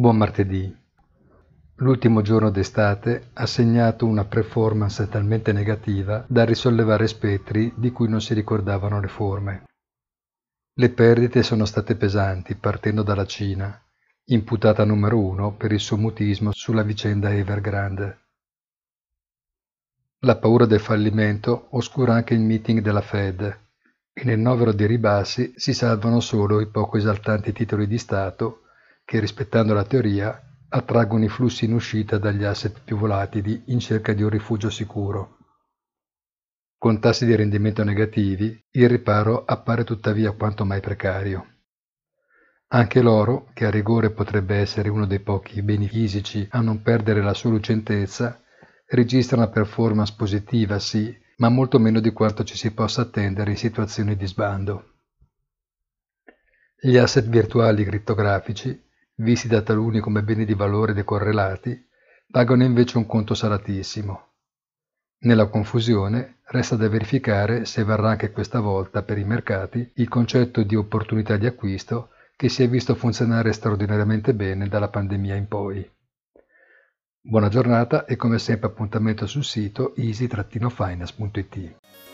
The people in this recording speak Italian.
Buon martedì. L'ultimo giorno d'estate ha segnato una performance talmente negativa da risollevare spettri di cui non si ricordavano le forme. Le perdite sono state pesanti, partendo dalla Cina, imputata numero 1 per il suo mutismo sulla vicenda Evergrande. La paura del fallimento oscura anche il meeting della Fed e nel novero dei ribassi si salvano solo i poco esaltanti titoli di Stato che, rispettando la teoria, attraggono i flussi in uscita dagli asset più volatili in cerca di un rifugio sicuro. Con tassi di rendimento negativi, il riparo appare tuttavia quanto mai precario. Anche l'oro, che a rigore potrebbe essere uno dei pochi beni fisici a non perdere la sua lucentezza, registra una performance positiva, sì, ma molto meno di quanto ci si possa attendere in situazioni di sbando. Gli asset virtuali crittografici, visti da taluni come beni di valore decorrelati, pagano invece un conto salatissimo. Nella confusione resta da verificare se varrà anche questa volta per i mercati il concetto di opportunità di acquisto che si è visto funzionare straordinariamente bene dalla pandemia in poi. Buona giornata e come sempre appuntamento sul sito easy-finance.it.